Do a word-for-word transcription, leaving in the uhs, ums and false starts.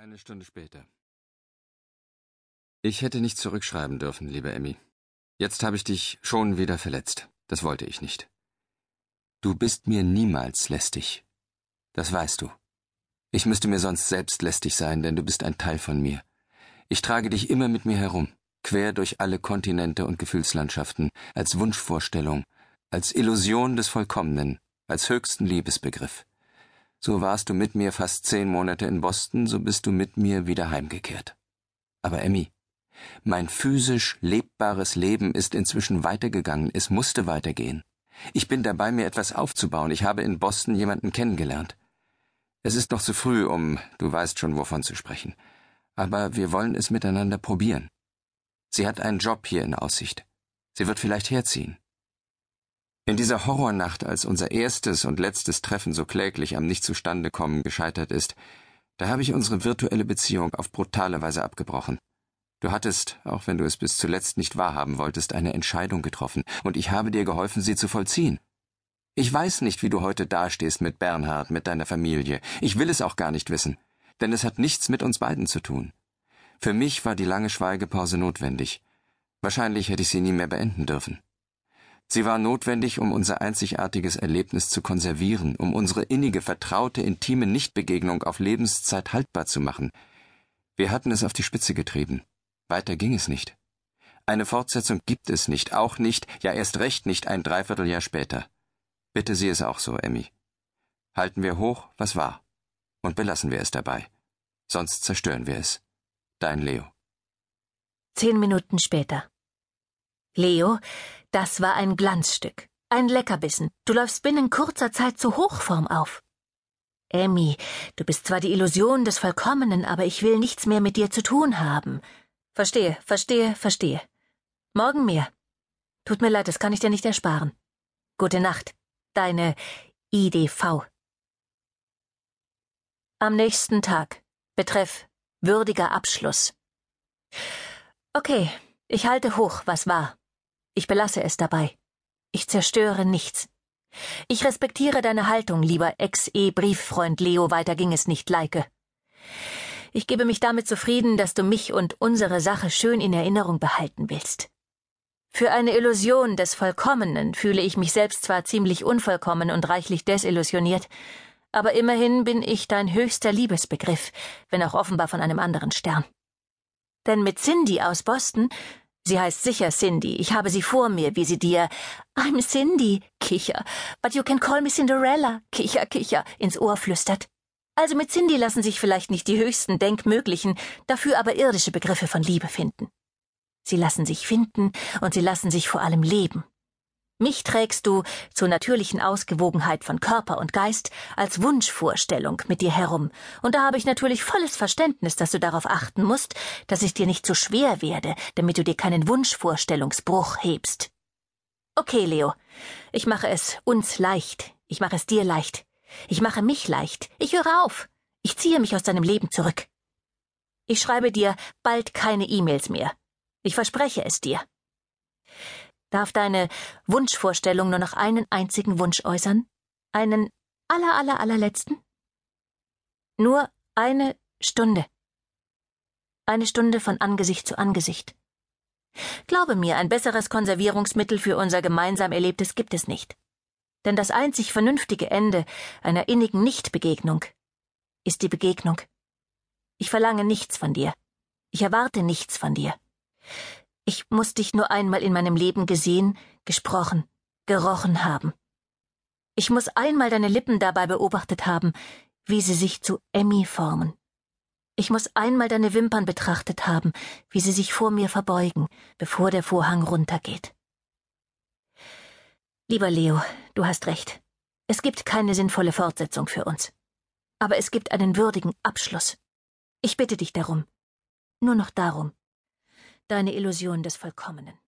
Eine Stunde später. Ich hätte nicht zurückschreiben dürfen, liebe Emmy. Jetzt habe ich dich schon wieder verletzt. Das wollte ich nicht. Du bist mir niemals lästig. Das weißt du. Ich müsste mir sonst selbst lästig sein, denn du bist ein Teil von mir. Ich trage dich immer mit mir herum, quer durch alle Kontinente und Gefühlslandschaften, als Wunschvorstellung, als Illusion des Vollkommenen, als höchsten Liebesbegriff. So warst du mit mir fast zehn Monate in Boston, so bist du mit mir wieder heimgekehrt. Aber Emmy, mein physisch lebbares Leben ist inzwischen weitergegangen, es musste weitergehen. Ich bin dabei, mir etwas aufzubauen, ich habe in Boston jemanden kennengelernt. Es ist noch zu früh, um, du weißt schon, wovon zu sprechen. Aber wir wollen es miteinander probieren. Sie hat einen Job hier in Aussicht. Sie wird vielleicht herziehen. In dieser Horrornacht, als unser erstes und letztes Treffen so kläglich am Nicht-Zustande-Kommen gescheitert ist, da habe ich unsere virtuelle Beziehung auf brutale Weise abgebrochen. Du hattest, auch wenn du es bis zuletzt nicht wahrhaben wolltest, eine Entscheidung getroffen, und ich habe dir geholfen, sie zu vollziehen. Ich weiß nicht, wie du heute dastehst mit Bernhard, mit deiner Familie. Ich will es auch gar nicht wissen, denn es hat nichts mit uns beiden zu tun. Für mich war die lange Schweigepause notwendig. Wahrscheinlich hätte ich sie nie mehr beenden dürfen. Sie war notwendig, um unser einzigartiges Erlebnis zu konservieren, um unsere innige, vertraute, intime Nichtbegegnung auf Lebenszeit haltbar zu machen. Wir hatten es auf die Spitze getrieben. Weiter ging es nicht. Eine Fortsetzung gibt es nicht, auch nicht, ja erst recht nicht ein Dreivierteljahr später. Bitte sieh es auch so, Emmy. Halten wir hoch, was war, und belassen wir es dabei. Sonst zerstören wir es. Dein Leo. Zehn Minuten später. Leo, das war ein Glanzstück, ein Leckerbissen. Du läufst binnen kurzer Zeit zur Hochform auf. Emmy, du bist zwar die Illusion des Vollkommenen, aber ich will nichts mehr mit dir zu tun haben. Verstehe, verstehe, verstehe. Morgen mehr. Tut mir leid, das kann ich dir nicht ersparen. Gute Nacht, deine I D V. Am nächsten Tag. Betreff würdiger Abschluss. Okay, ich halte hoch, was war. Ich belasse es dabei. Ich zerstöre nichts. Ich respektiere deine Haltung, lieber Ex-E-Brieffreund Leo, weiter ging es nicht, Leike. Ich gebe mich damit zufrieden, dass du mich und unsere Sache schön in Erinnerung behalten willst. Für eine Illusion des Vollkommenen fühle ich mich selbst zwar ziemlich unvollkommen und reichlich desillusioniert, aber immerhin bin ich dein höchster Liebesbegriff, wenn auch offenbar von einem anderen Stern. Denn mit Cindy aus Boston, sie heißt sicher Cindy, ich habe sie vor mir, wie sie dir »I'm Cindy«, Kicher, »but you can call me Cinderella«, Kicher, Kicher, ins Ohr flüstert. Also mit Cindy lassen sich vielleicht nicht die höchsten denkmöglichen, dafür aber irdische Begriffe von Liebe finden. Sie lassen sich finden und sie lassen sich vor allem leben. Mich trägst du zur natürlichen Ausgewogenheit von Körper und Geist als Wunschvorstellung mit dir herum, und da habe ich natürlich volles Verständnis, dass du darauf achten musst, dass ich dir nicht zu schwer werde, damit du dir keinen Wunschvorstellungsbruch hebst. Okay, Leo, ich mache es uns leicht, ich mache es dir leicht, ich mache mich leicht, ich höre auf, ich ziehe mich aus deinem Leben zurück. Ich schreibe dir bald keine E-Mails mehr. Ich verspreche es dir. Darf deine Wunschvorstellung nur noch einen einzigen Wunsch äußern? Einen aller, aller, allerletzten? Nur eine Stunde. Eine Stunde von Angesicht zu Angesicht. Glaube mir, ein besseres Konservierungsmittel für unser gemeinsam Erlebtes gibt es nicht. Denn das einzig vernünftige Ende einer innigen Nichtbegegnung ist die Begegnung. Ich verlange nichts von dir. Ich erwarte nichts von dir. Ich muss dich nur einmal in meinem Leben gesehen, gesprochen, gerochen haben. Ich muss einmal deine Lippen dabei beobachtet haben, wie sie sich zu Emmy formen. Ich muss einmal deine Wimpern betrachtet haben, wie sie sich vor mir verbeugen, bevor der Vorhang runtergeht. Lieber Leo, du hast recht. Es gibt keine sinnvolle Fortsetzung für uns. Aber es gibt einen würdigen Abschluss. Ich bitte dich darum. Nur noch darum. Deine Illusion des Vollkommenen.